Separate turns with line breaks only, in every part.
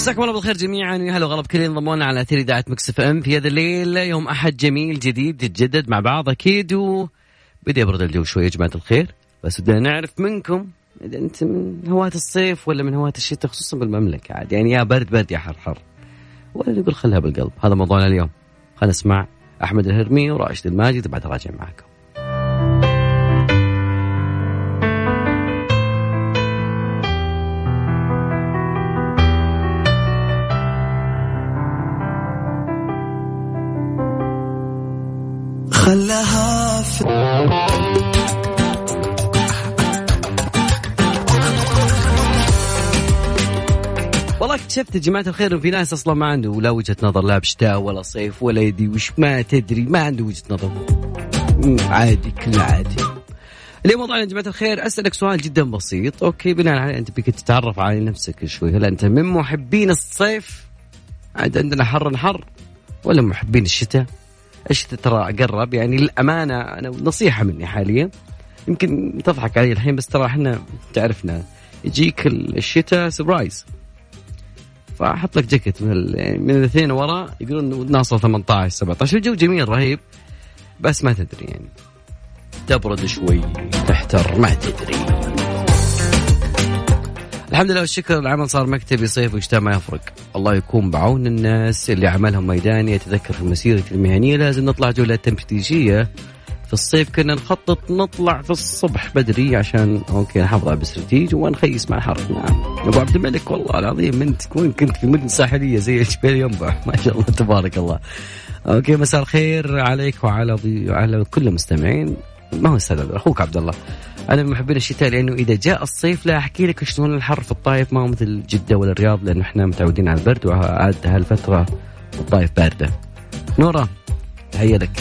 مساكم الله بالخير جميعا، ويا هلا وغلا بكل انضمونا على أثير إذاعة مكس اف ام في هذا الليل. يوم أحد جميل جديد يتجدد مع بعض أكيد، وبدأ يبرد الجو شوية يا جماعة الخير. بس بدنا نعرف منكم إذا أنت من هواة الصيف ولا من هواة الشتاء، خصوصا بالمملكة عاد يعني يا برد برد يا حر حر، ولا نقول خلها بالقلب. هذا موضوعنا اليوم. خلينا نسمع أحمد الهرمي وراشد الماجد بعد راجع معكم.
خلها في
والله اكتشفت يا جماعة الخير إن في ناس أصلا ما عنده ولا وجهة نظر، لا بشتاء ولا صيف ولا يدي وش ما تدري، ما عنده وجهة نظر، عادي كله عادي. اليوم موضوعنا يا جماعة الخير أسألك سؤال جدا بسيط، أوكي بناء عليه أنت بيك تتعرف على نفسك شوي. هل أنت من محبين الصيف عندنا حر ولا محبين الشتاء؟ الشتاء ترى قرب يعني للأمانة، أنا نصيحة مني حاليا يمكن تضحك علي الحين، بس ترى إحنا تعرفنا يجيك الشتاء سبرايز، فأحط لك جاكيت من الاثنين ورا يقولون ناصل 18-17. الجو جميل رهيب، بس ما تدري يعني تبرد شوي تحتر ما تدري. الحمد لله والشكر، العمل صار مكتبي صيف وشتاء ما يفرق. الله يكون بعون الناس اللي عملهم ميداني. يتذكر في مسيرتي المهنية لازم نطلع جولة تفتيشية في الصيف، كنا نخطط نطلع في الصبح بدري عشان اوكي نحافظ على بستراتيج ونخيس مع الحر. نعم ابو عبد الملك والله العظيم من تكون كنت في مدن ساحلية زي جبال ينبع ما شاء الله تبارك الله. اوكي مساء الخير عليك وعلى كل المستمعين. ما هو استاذ اخوك عبد الله. أنا من محبين الشتاء لأنه إذا جاء الصيف لا أحكي لك شلون الحر في الطائف، ما هو مثل جدة ولا الرياض لأنه إحنا متعودين على البرد، وعاد هالفترة الطائف باردة. نورا تحية لك.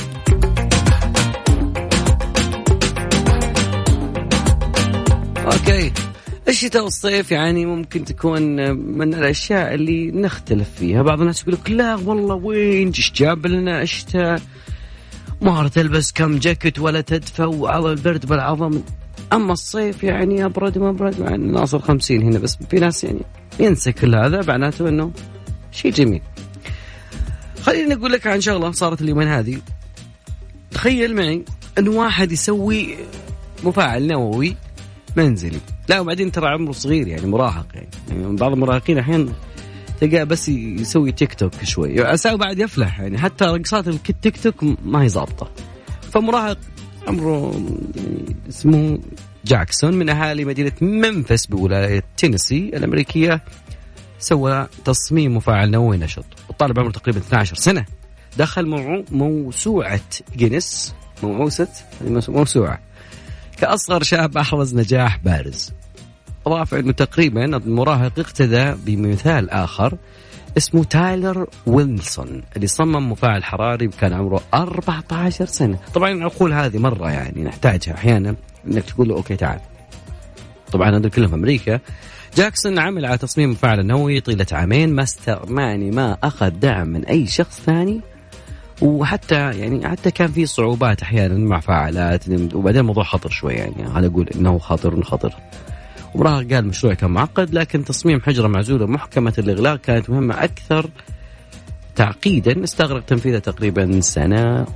أوكي الشتاء والصيف يعني ممكن تكون من الأشياء اللي نختلف فيها. بعض الناس يقول لك لا والله وين جيش جاب لنا الشتاء ما تلبس كم جاكيت ولا تدفى وعلى البرد بالعظم. أما الصيف يعني أبرد ما أبرد، يعني ناصل 50 هنا، بس في ناس يعني ينسى كل هذا معناته أنه شيء جميل. خليني أقول لك عن شغلة صارت اليومين هذه. تخيل معي أنه واحد يسوي مفاعل نووي منزلي، لا وبعدين ترى عمره صغير يعني مراهق، يعني بعض المراهقين أحيانا تلقى بس يسوي تيك توك شوي أساوي بعد يفلح، يعني حتى رقصات التيك توك ما هي ضابطة. فمراهق عمره اسمه جاكسون من أهالي مدينة منفس بولاية تينيسي الأمريكية سوى تصميم مفاعل نووي نشط، والطالب عمره تقريبا 12 سنة. دخل موسوعة جينيس، موسوعة كأصغر شاب أحرز نجاح بارز. أضاف أنه تقريبا المراهق اقتدى بمثال آخر اسمه تايلر ويلسون اللي صمم مفاعل حراري كان عمره 14 سنة. طبعا أقول هذه مرة يعني نحتاجها أحيانا أنك تقول له أوكي تعال. طبعا هذا كله في أمريكا. جاكسون عمل على تصميم مفاعل النووي طيلة عامين، ما أخذ دعم من أي شخص ثاني، وحتى يعني حتى كان في صعوبات أحيانا مع فعالات، وبعدين الموضوع خطر شوي يعني أنا أقول إنه خطر. ومراهق قال المشروع كان معقد، لكن تصميم حجرة معزولة محكمة الإغلاق كانت مهمة أكثر تعقيدا، استغرق تنفيذها تقريبا 1.5 سنة.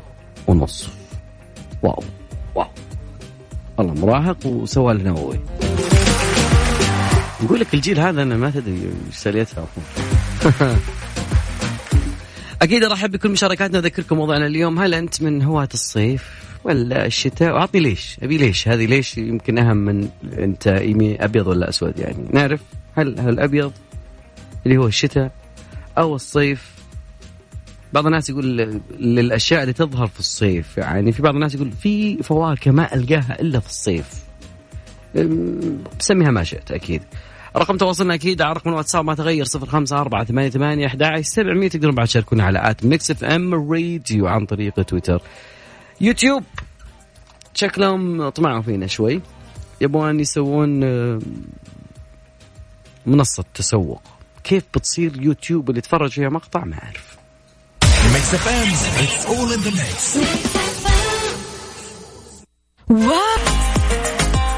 واو والله مراهق وسوى النووي. نقول لك الجيل هذا أنا ما تدري إيش ساليتها. أكيد أرحب بكل مشاركاتنا. أذكركم موضوعنا اليوم، هل أنت من هواة الصيف ولا الشتاء؟ وعطني ليش، أبي ليش هذه ليش يمكن أهم من أنت أبيض ولا أسود، يعني نعرف هل الأبيض اللي هو الشتاء أو الصيف. بعض الناس يقول للأشياء اللي تظهر في الصيف، يعني في بعض الناس يقول في فواكه ما ألقاها إلا في الصيف، بسميها ما شئت. أكيد رقم تواصلنا أكيد على رقم الواتساب ما تغير 0548811700. تقدرون بعد تشاركونا على @mixfmradio عن طريق تويتر. يوتيوب شكلهم طمعوا فينا شوي، يبغون يسوون منصة تسوق. كيف بتصير يوتيوب اللي تفرج فيها مقطع ما أعرف.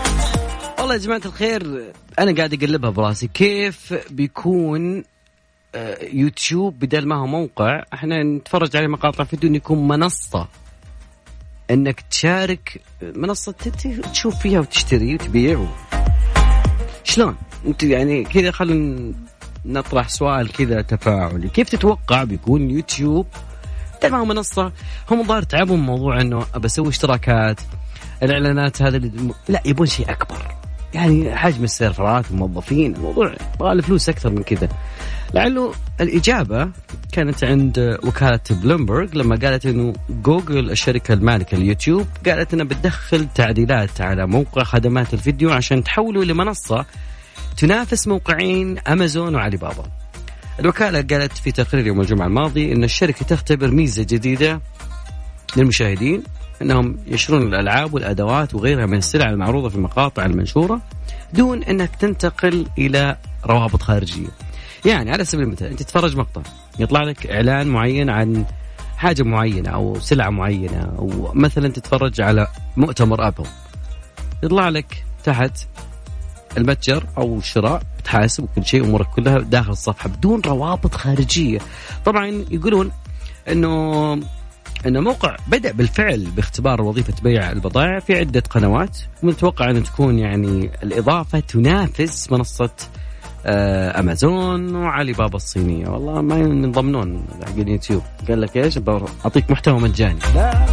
والله يا جماعة الخير أنا قاعد أقلبها براسي، كيف بيكون يوتيوب بدل ما هو موقع احنا نتفرج عليه مقاطع فيديو، إنه يكون منصة انك تشارك، منصة تشوف فيها وتشتري وتبيع شلون انت يعني كذا. خلينا نطرح سؤال كذا تفاعلي، كيف تتوقع بيكون يوتيوب بدل ما هو منصة؟ هم ظاهر تعبوا من موضوع انه بسوي اشتراكات، الاعلانات، هذا لا، يبون شيء اكبر، يعني حجم السيرفرات والموظفين، الموضوع يبغى له فلوس اكثر من كذا. لعله الإجابة كانت عند وكالة بلومبرغ لما قالت إنه جوجل الشركة المالكة اليوتيوب قالت إنها بتدخل تعديلات على موقع خدمات الفيديو عشان تحوله لمنصة تنافس موقعين أمازون وعلي بابا. الوكالة قالت في تقرير يوم الجمعة الماضي إن الشركة تختبر ميزة جديدة للمشاهدين، إنهم يشترون الألعاب والأدوات وغيرها من السلع المعروضة في المقاطع المنشورة دون إنك تنتقل إلى روابط خارجية. يعني على سبيل المثال أنت تتفرج مقطع يطلع لك إعلان معين عن حاجة معينة أو سلعة معينة، أو مثلا تتفرج على مؤتمر أبل يطلع لك تحت المتجر أو الشراء، بتحاسب وكل شيء أمورك كلها داخل الصفحة بدون روابط خارجية. طبعا يقولون إنه موقع بدأ بالفعل باختبار وظيفة بيع البضائع في عدة قنوات، ومتوقع أن تكون يعني الإضافة تنافس منصة أمازون وعلي بابا الصينية. والله ما ينضمنون حق اليوتيوب، قال لك إيش أعطيك محتوى مجاني. لا.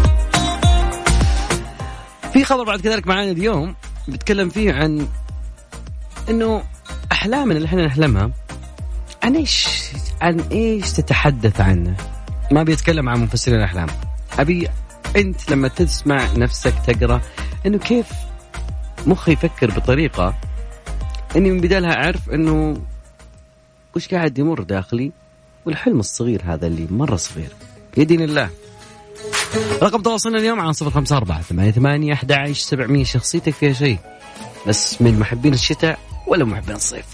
في خبر بعد كذلك معانا اليوم بتكلم فيه عن إنه أحلامنا اللي إحنا نحلمها عن إيش تتحدث عنه. ما بيتكلم عن مفسرين الأحلام، أبي أنت لما تسمع نفسك تقرأ إنه كيف مخي يفكر بطريقة إني من بدالها أعرف إنه وش قاعد يمر داخلي، والحلم الصغير هذا اللي مرة صغير يدين الله. رقم تواصلنا اليوم عن 0548811700. شخصيتك فيها شيء، بس من محبين الشتاء ولا محبين الصيف؟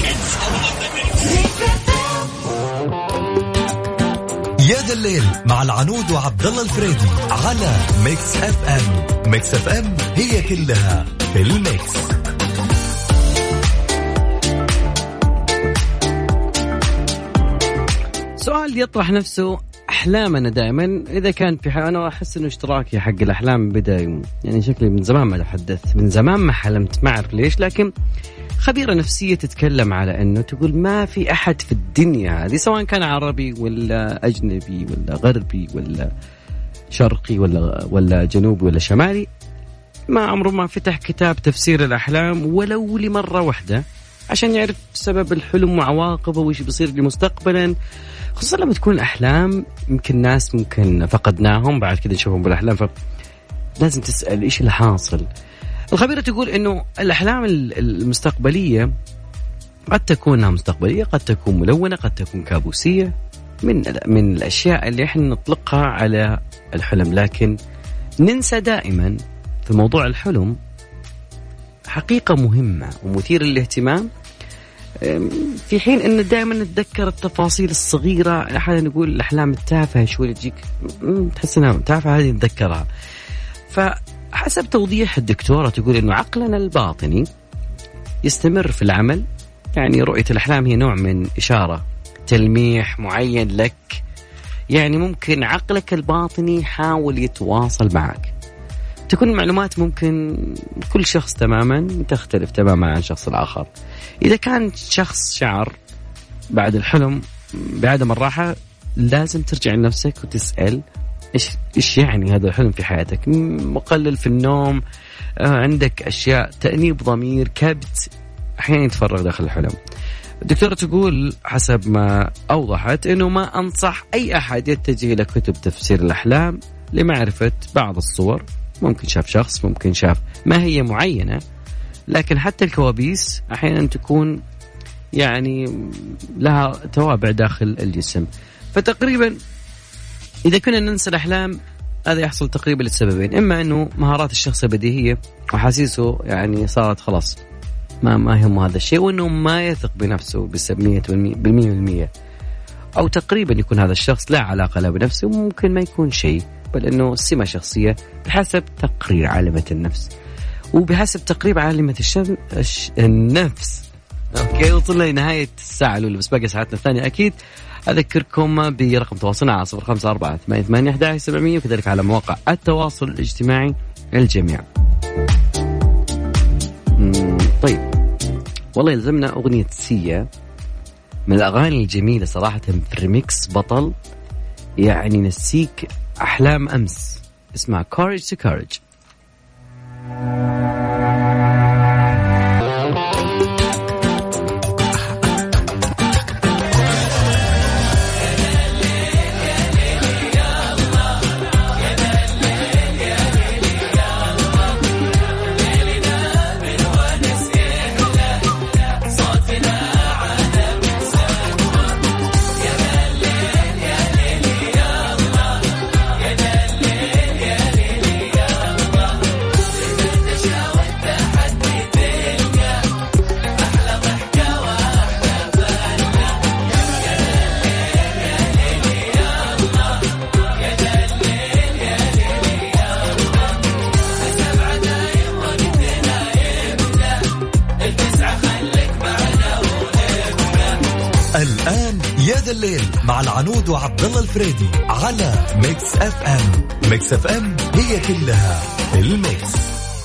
يا ذا الليل مع العنود وعبد الله الفريدي على ميكس اف ام. ميكس اف ام هي كلها في الميكس.
سؤال يطرح نفسه، أحلامنا دائما إذا كان في أنا أحس إنه اشتراكي حق الأحلام بدأ يعني شكلي من زمان ما تحدثت، من زمان ما حلمت، ما أعرف ليش، لكن خبيرة نفسية تتكلم على أنه تقول ما في أحد في الدنيا هذه سواء كان عربي ولا أجنبي ولا غربي ولا شرقي ولا جنوبي ولا شمالي ما عمره ما فتح كتاب تفسير الأحلام ولو لمرة واحدة عشان يعرف سبب الحلم وعواقبه وإيش بيصير لمستقبلا، خصوصا لما تكون الأحلام يمكن ناس ممكن فقدناهم بعد كده نشوفهم بالأحلام، فلازم تسأل إيش اللي حاصل. الخبيرة تقول إنه الأحلام المستقبلية قد تكونها مستقبلية، قد تكون ملونة، قد تكون كابوسية، من الأشياء اللي إحنا نطلقها على الحلم، لكن ننسى دائما في موضوع الحلم حقيقة مهمة ومثيرة للاهتمام، في حين أن دائما نتذكر التفاصيل الصغيرة. أحيانا نقول الأحلام التافهة شوي تجيك تحس أنها تافهة، هذه نتذكرها. فحسب توضيح الدكتورة تقول أنه عقلنا الباطني يستمر في العمل، يعني رؤية الأحلام هي نوع من إشارة تلميح معين لك، يعني ممكن عقلك الباطني يحاول يتواصل معك. تكون المعلومات ممكن كل شخص تماما تختلف تماما عن شخص الآخر. إذا كان شخص شعر بعد الحلم بعدم الراحة لازم ترجع لنفسك وتسأل إيش يعني هذا الحلم في حياتك، مقلل في النوم، عندك أشياء تأنيب ضمير، كبت، أحيانا يتفرغ داخل الحلم. الدكتورة تقول حسب ما أوضحت أنه ما أنصح أي أحد يتجه إلى كتب تفسير الأحلام لمعرفة بعض الصور، ممكن شاف شخص، ممكن شاف ما هي معينة، لكن حتى الكوابيس أحيانا تكون يعني لها توابع داخل الجسم. فتقريبا إذا كنا ننسى الأحلام هذا يحصل تقريبا لسببين، إما أنه مهارات الشخص البديهية وحاسيسه يعني صارت خلاص ما يهم هذا الشيء، وأنه ما يثق بنفسه بالمية، أو تقريبا يكون هذا الشخص لا علاقة له بنفسه، ممكن ما يكون شيء، بل أنه سمة شخصية بحسب تقرير عالمة النفس. وبحسب تقرير عالمة النفس اوكي وصلنا لنهاية الساعة الأولى بس باقي ساعتنا الثانية أكيد. أذكركم برقم تواصلنا على 0548811700 وكذلك على مواقع التواصل الاجتماعي الجميع. طيب والله يلزمنا أغنية سيا من الأغاني الجميلة صراحة في الريميكس بطل يعني نسيك أحلام أمس. اسمها Courage to Courage.
الآن يا ذا الليل مع العنود وعبد الله الفريدي على ميكس اف ام. ميكس اف ام هي كلها الميكس.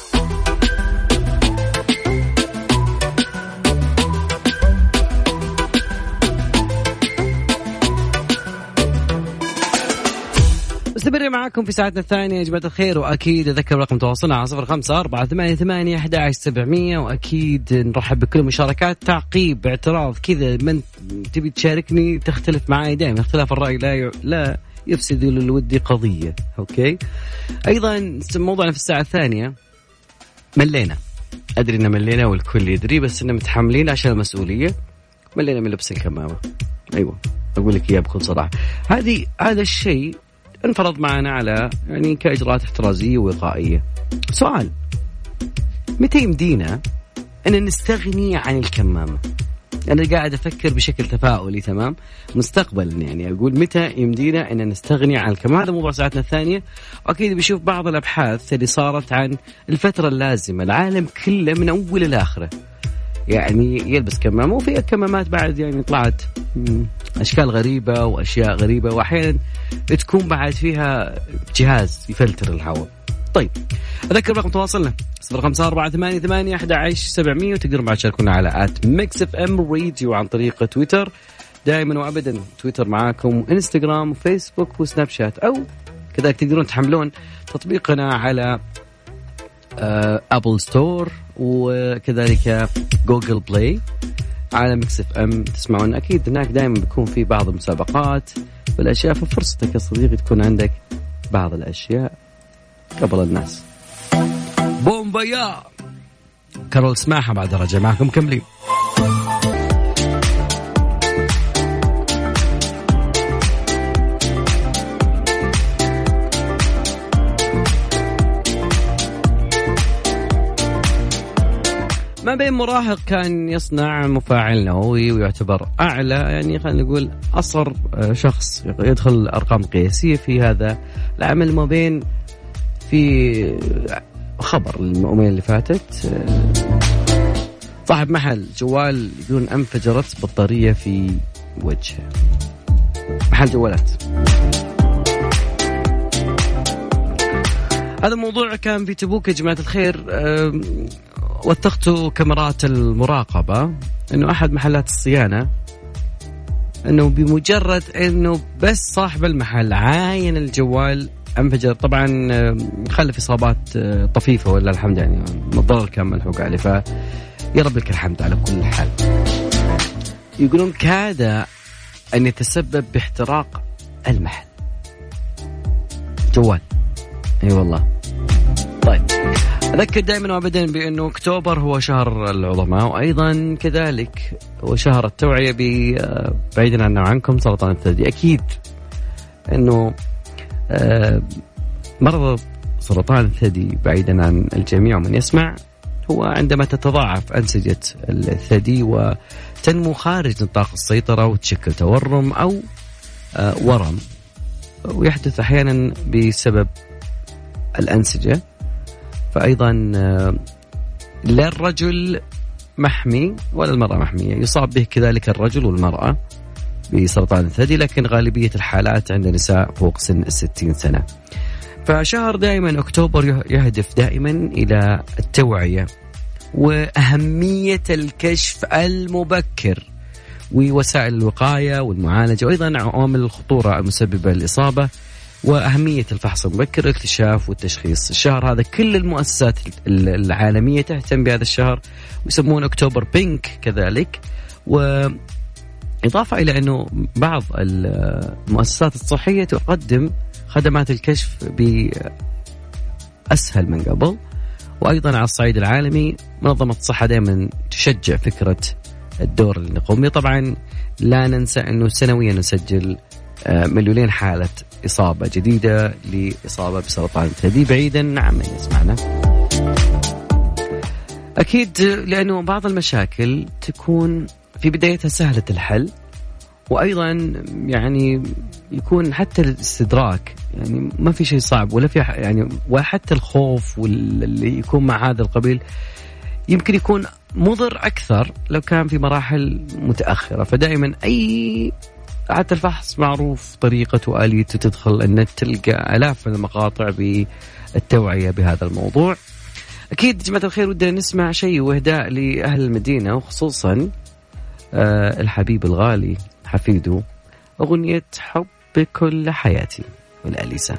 مستمرين معاكم في ساعتنا الثانية يا جماعة الخير. وأكيد أذكر رقم تواصلنا على 0548811700 وأكيد نرحب بكل مشاركات تعقيب اعتراض كذا من تبي تشاركني تختلف معي دائما. اختلاف الرأي لا يفسد للود قضية. أوكي أيضا موضوعنا في الساعة الثانية ملينا. أدري إن ملينا والكل يدري بس إن متحملين عشان المسؤولية. ملينا من لبس الكمامة. أيوة أقول لك إياه بكل صراحة. هذا الشيء انفرض معنا على يعني كإجراءات احترازية ووقائية. سؤال متى يمدينا أن نستغني عن الكمامة؟ أنا قاعد أفكر بشكل تفاؤلي تمام مستقبلا يعني أقول متى يمدينا أن نستغني عن الكمامة. هذا موضوع ساعتنا الثانية. أكيد بيشوف بعض الأبحاث اللي صارت عن الفترة اللازمة العالم كله من أول لآخره يعني يلبس كمامة. وفي كمامات بعد يعني طلعت أشكال غريبة وأشياء غريبة وأحيانا تكون بعد فيها جهاز يفلتر الهواء. طيب أذكر رقم تواصلنا 0548811700 وتقدروا بعد تشاركونا على @mixfmradio عن طريق تويتر دائما وأبدا. تويتر معاكم إنستغرام وفيسبوك وسناب شات أو كذلك تقدرون تحملون تطبيقنا على أبل ستور وكذلك جوجل بلاي على ميكس اف ام. تسمعون اكيد هناك دائما بيكون في بعض المسابقات والاشياء ففرصتك يا صديقي تكون عندك بعض الاشياء قبل الناس. بومبايا كارول سماحة بعد رجع معكم مكملين. ما بين مراهق كان يصنع مفاعل نووي ويعتبر أعلى يعني خلينا نقول أصغر شخص يدخل أرقام قياسية في هذا العمل. ما بين في خبر اليومين اللي فاتت صاحب محل جوال يقولون انفجرت بطارية في وجهه. محل جوالات. هذا الموضوع كان في تبوك يا جماعة الخير. وثقت كاميرات المراقبة أنه أحد محلات الصيانة أنه بمجرد أنه بس صاحب المحل عاين الجوال انفجر. طبعا خلف إصابات طفيفة ولا الحمد يعني الضرر كان ملحوق عليه فيا رب لك الحمد على كل حال. يقولون كاد أن يتسبب باحتراق المحل جوال. أي والله. طيب أذكر دائما وأبدا بأنه أكتوبر هو شهر العظماء وأيضا كذلك هو شهر التوعية بعيدا عنا وعنكم سرطان الثدي. أكيد أنه مرض سرطان الثدي بعيدا عن الجميع ومن يسمع هو عندما تتضاعف أنسجة الثدي وتنمو خارج نطاق السيطرة وتشكل تورم أو ورم ويحدث أحيانا بسبب الأنسجة. فأيضا للرجل محمي ولا المرأة محمية. يصاب به كذلك الرجل والمرأة بسرطان الثدي، لكن غالبية الحالات عند نساء فوق سن 60 سنة. فشهر دائما أكتوبر يهدف دائما إلى التوعية وأهمية الكشف المبكر ووسائل الوقاية والمعالجة، وأيضا عوامل الخطورة المسببة للإصابة وأهمية الفحص المبكر، الاكتشاف والتشخيص. الشهر هذا كل المؤسسات العالمية تهتم بهذا الشهر ويسمونه أكتوبر بينك كذلك. وإضافة إلى أنه بعض المؤسسات الصحية تقدم خدمات الكشف بأسهل من قبل. وأيضا على الصعيد العالمي منظمة الصحة دائما تشجع فكرة الدور اللي نقوم به. طبعا لا ننسى أنه سنويا نسجل مليونين حالة إصابة جديدة لإصابة بسرطان الثدي بعيدا عن من يسمعنا. أكيد لأنه بعض المشاكل تكون في بدايتها سهلة الحل، وأيضا يعني يكون حتى الاستدراك يعني ما في شيء صعب ولا في يعني، وحتى الخوف واللي يكون مع هذا القبيل يمكن يكون مضر أكثر لو كان في مراحل متأخرة. فدائما أي حتى الفحص معروف طريقته وآليته، تدخل النت تلقى آلاف من المقاطع بالتوعية بهذا الموضوع. أكيد جماعة الخير ودنا نسمع شيء وهداء لأهل المدينة، وخصوصا الحبيب الغالي حفيده، أغنية حب كل حياتي والأليسا.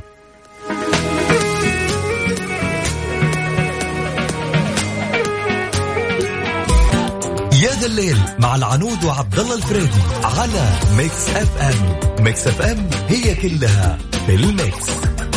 يا ذا الليل مع العنود وعبد الله الفريدي على ميكس اف ام. ميكس اف ام هي كلها في الميكس.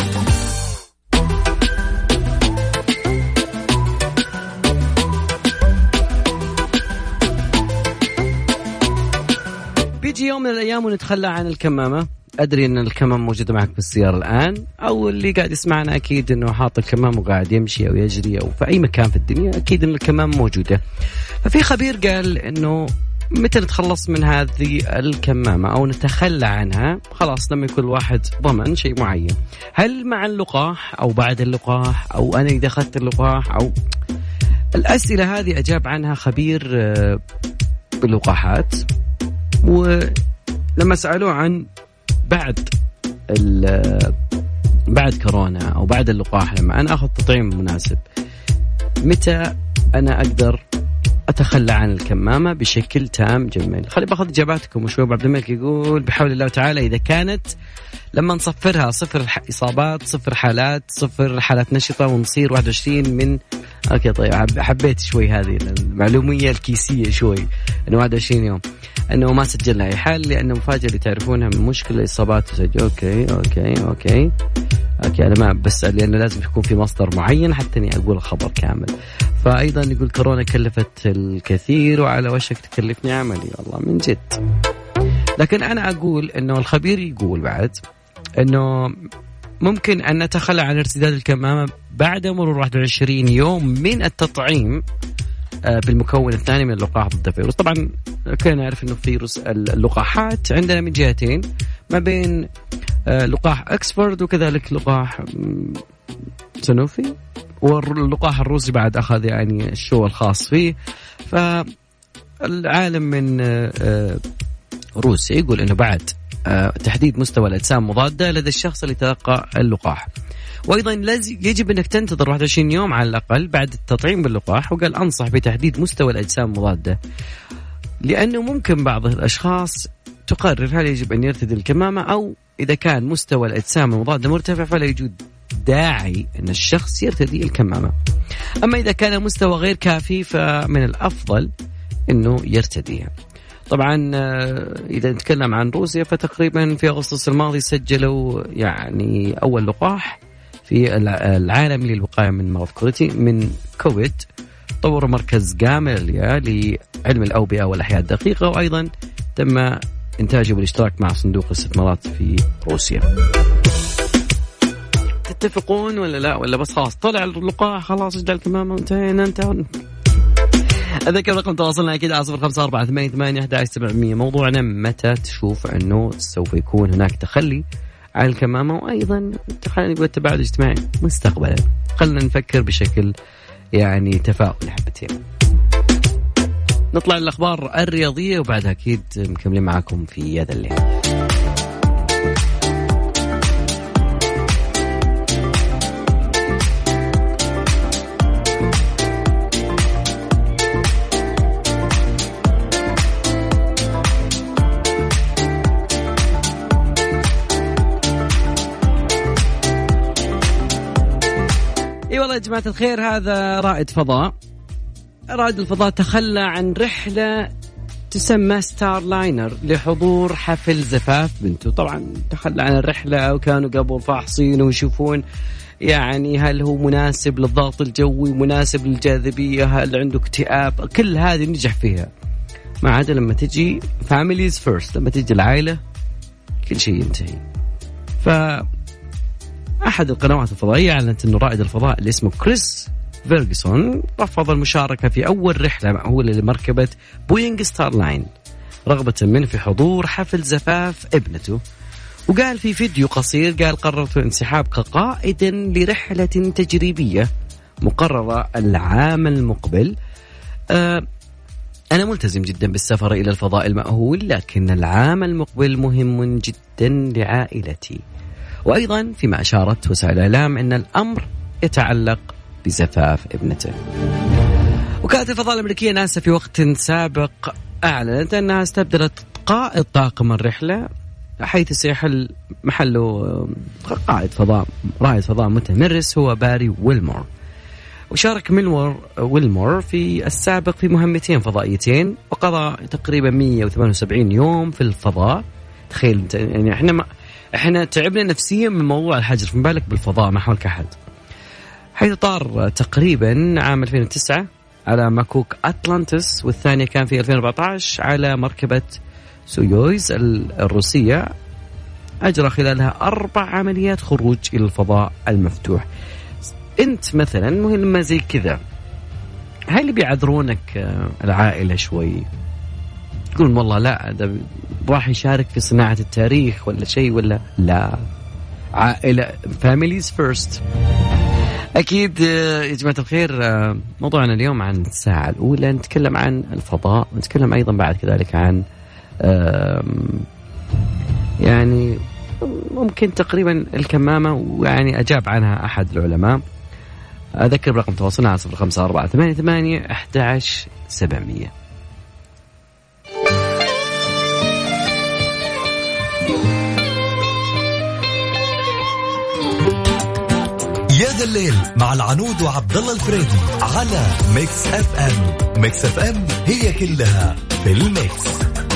بيجي يوم من الأيام ونتخلى عن الكمامة. أدري أن الكمام موجودة معك بالسيارة الآن، أو اللي قاعد يسمعنا أكيد أنه حاط الكمام وقاعد يمشي أو يجري أو في أي مكان في الدنيا، أكيد أن الكمام موجودة. ففي خبير قال أنه متى نتخلص من هذه الكمامة أو نتخلى عنها؟ خلاص لما يكون الواحد ضمن شيء معين. هل مع اللقاح أو بعد اللقاح أو أنا إذا أخذت اللقاح؟ أو الأسئلة هذه أجاب عنها خبير باللقاحات. ولما سألوه عن بعد كورونا أو بعد اللقاح، لما أنا أخذ تطعيم مناسب، متى أنا أقدر أتخلى عن الكمامة بشكل تام جميل؟ خلي بأخذ إجاباتكم وشوي. عبد الملك يقول بحول الله تعالى إذا كانت لما نصفرها 0 إصابات 0 حالات 0 حالات نشطة ونصير 21 من أوكي. طيب حبيت شوي هذه المعلومية الكيسية شوي، إنه 21 يوم أنه ما سجلنا أي حال، لأنه مفاجأة اللي تعرفونها من مشكلة إصابات تسجل. أوكي أنا ما بسأل لأنه لازم يكون في مصدر معين حتى أني أقول الخبر كامل. فأيضا يقول كورونا كلفت الكثير وعلى وشك تكلفني عملي. والله من جد. لكن أنا أقول أنه الخبير يقول بعد أنه ممكن أن نتخلى عن ارتداد الكمامة بعد مرور 21 يوم من التطعيم بالمكون الثاني من اللقاح ضد الفيروس. طبعا كنا نعرف أنه فيروس اللقاحات عندنا من جهتين، ما بين لقاح أكسفورد وكذلك لقاح سنوفي، واللقاح الروسي بعد أخذ يعني الشو الخاص فيه. فالعالم من روسيا يقول أنه بعد تحديد مستوى الأجسام المضادة لدى الشخص اللي تلقى اللقاح، وأيضا يجب أنك تنتظر 21 يوم على الأقل بعد التطعيم باللقاح. وقال أنصح بتحديد مستوى الأجسام المضادة، لأنه ممكن بعض الأشخاص تقرر هل يجب أن يرتدي الكمامة، أو إذا كان مستوى الأجسام المضادة مرتفع فلا يوجد داعي أن الشخص يرتدي الكمامة. أما إذا كان مستوى غير كافي فمن الأفضل أنه يرتديها. طبعا إذا نتكلم عن روسيا فتقريبا في أغسطس الماضي سجلوا يعني أول لقاح في العالم للوقاية من مرض من كوفيد. طوروا مركز جاماليا لعلم الأوبئة والأحياء الدقيقة، وأيضا تم إنتاجه بالاشتراك مع صندوق الاستثمارات في روسيا. تتفقون ولا لا؟ ولا بس خلاص طلع اللقاح خلاص اجدع الكمامة وانتهينا؟ أذكر رقم تواصلنا أكيد على 0548811700. موضوعنا متى تشوف أنه سوف يكون هناك تخلي عن الكمامة، وأيضا خلينا نقول التباعد الاجتماعي مستقبلا. خلنا نفكر بشكل يعني تفاؤل حبتين. نطلع للأخبار الرياضية وبعدها أكيد مكملين معاكم في هذا الليل. والله يا جماعة الخير، هذا رائد فضاء. رائد الفضاء تخلى عن رحلة تسمى ستار لاينر لحضور حفل زفاف بنته. طبعا تخلى عن الرحلة وكانوا قبل فاحصين ويشوفون يعني هل هو مناسب للضغط الجوي، مناسب للجاذبية، هل عنده اكتئاب، كل هذه نجح فيها. ما عدا لما تجي families first، لما تجي العائلة كل شيء ينتهي. أحد القنوات الفضائية أعلنت أنه رائد الفضاء اللي اسمه كريس فيرغسون رفض المشاركة في أول رحلة مأهولة لمركبة بوينغ ستار لاين رغبة منه في حضور حفل زفاف ابنته. وقال في فيديو قصير، قال قررت الانسحاب كقائد لرحلة تجريبية مقررة العام المقبل. أنا ملتزم جدا بالسفر إلى الفضاء المأهول، لكن العام المقبل مهم جدا لعائلتي. وأيضا فيما أشارت وسائل الإعلام أن الأمر يتعلق بزفاف ابنته. وكالة الفضاء الأمريكية ناسا في وقت سابق أعلنت أنها استبدلت قائد طاقم الرحلة، حيث سيحل محله قائد فضاء رائد فضاء متمرس هو باري ويلمور. وشارك ويلمور في السابق في مهمتين فضائيتين، وقضى تقريبا 178 يوم في الفضاء. تخيل انت، يعني احنا تعبنا نفسيا من موضوع الحجر، فما بالك بالفضاء ما حولك أحد. حيث طار تقريبا عام 2009 على مكوك أتلانتس، والثانية كان في 2014 على مركبة سويوز الروسية. أجرى خلالها 4 عمليات خروج إلى الفضاء المفتوح. أنت مثلا مهمة زي كذا، هل اللي بيعذرونك العائلة شوي، يقولون والله لا ده راح يشارك في صناعة التاريخ ولا شيء، ولا لا، عائلة families first. أكيد يا جماعة الخير، موضوعنا اليوم عن الساعة الأولى، نتكلم عن الفضاء، ونتكلم أيضا بعد كذلك عن يعني ممكن تقريبا الكمامة، ويعني أجاب عنها أحد العلماء. أذكر برقم تواصلنا على 0548811700.
يا ذا الليل مع العنود وعبد الله الفريدي على ميكس اف ام. ميكس اف ام هي كلها في الميكس.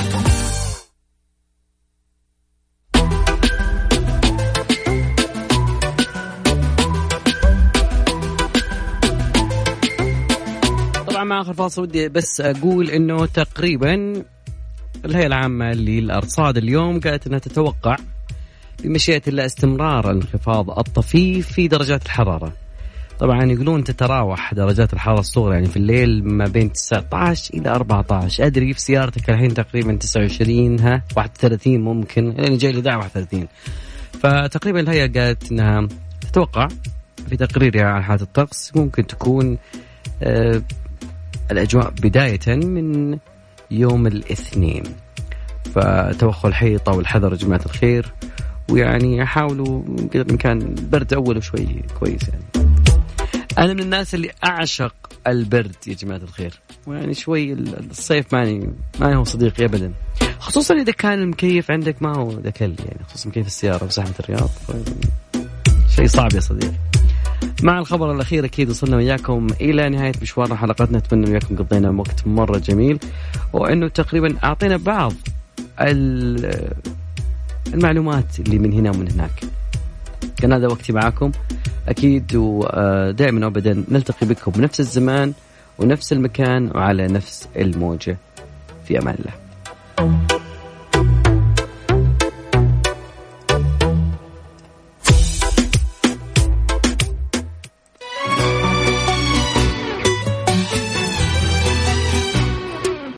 طبعا مع آخر فاصل ودي بس أقول إنه تقريبا الهيئة العامة للأرصاد اليوم قالت أنها تتوقع بمشيئة الله استمرار الانخفاض الطفيف في درجات الحرارة. طبعا يقولون تتراوح درجات الحرارة الصغرى يعني في الليل ما بين 19 إلى 14. أدري في سيارتك الحين تقريبا 29 31 ممكن، يعني جاي لي 31. فتقريبا الهيئة قالت أنها تتوقع في تقريرها عن حالة الطقس ممكن تكون الأجواء بداية من يوم الاثنين. فتوخوا الحيطة والحذر يا جماعة الخير، ويعني حاولوا قدر الإمكان برد أول شوي كويس. يعني أنا من الناس اللي أعشق البرد يا جماعة الخير، ويعني شوي الصيف ما هو صديقي أبدا، خصوصا إذا كان المكيف عندك ما هو ذكل، يعني خصوصا مكيف السيارة وزحمة الرياض شيء صعب يا صديقي. مع الخبر الأخير أكيد وصلنا وياكم إلى نهاية مشوار حلقتنا. أتمنى وياكم قضينا وقت مرة جميل، وأنه تقريبا أعطينا بعض المعلومات اللي من هنا ومن هناك. كان هذا وقتي معاكم أكيد، ودائما أبدا نلتقي بكم بنفس الزمان ونفس المكان وعلى نفس الموجة. في أمان الله.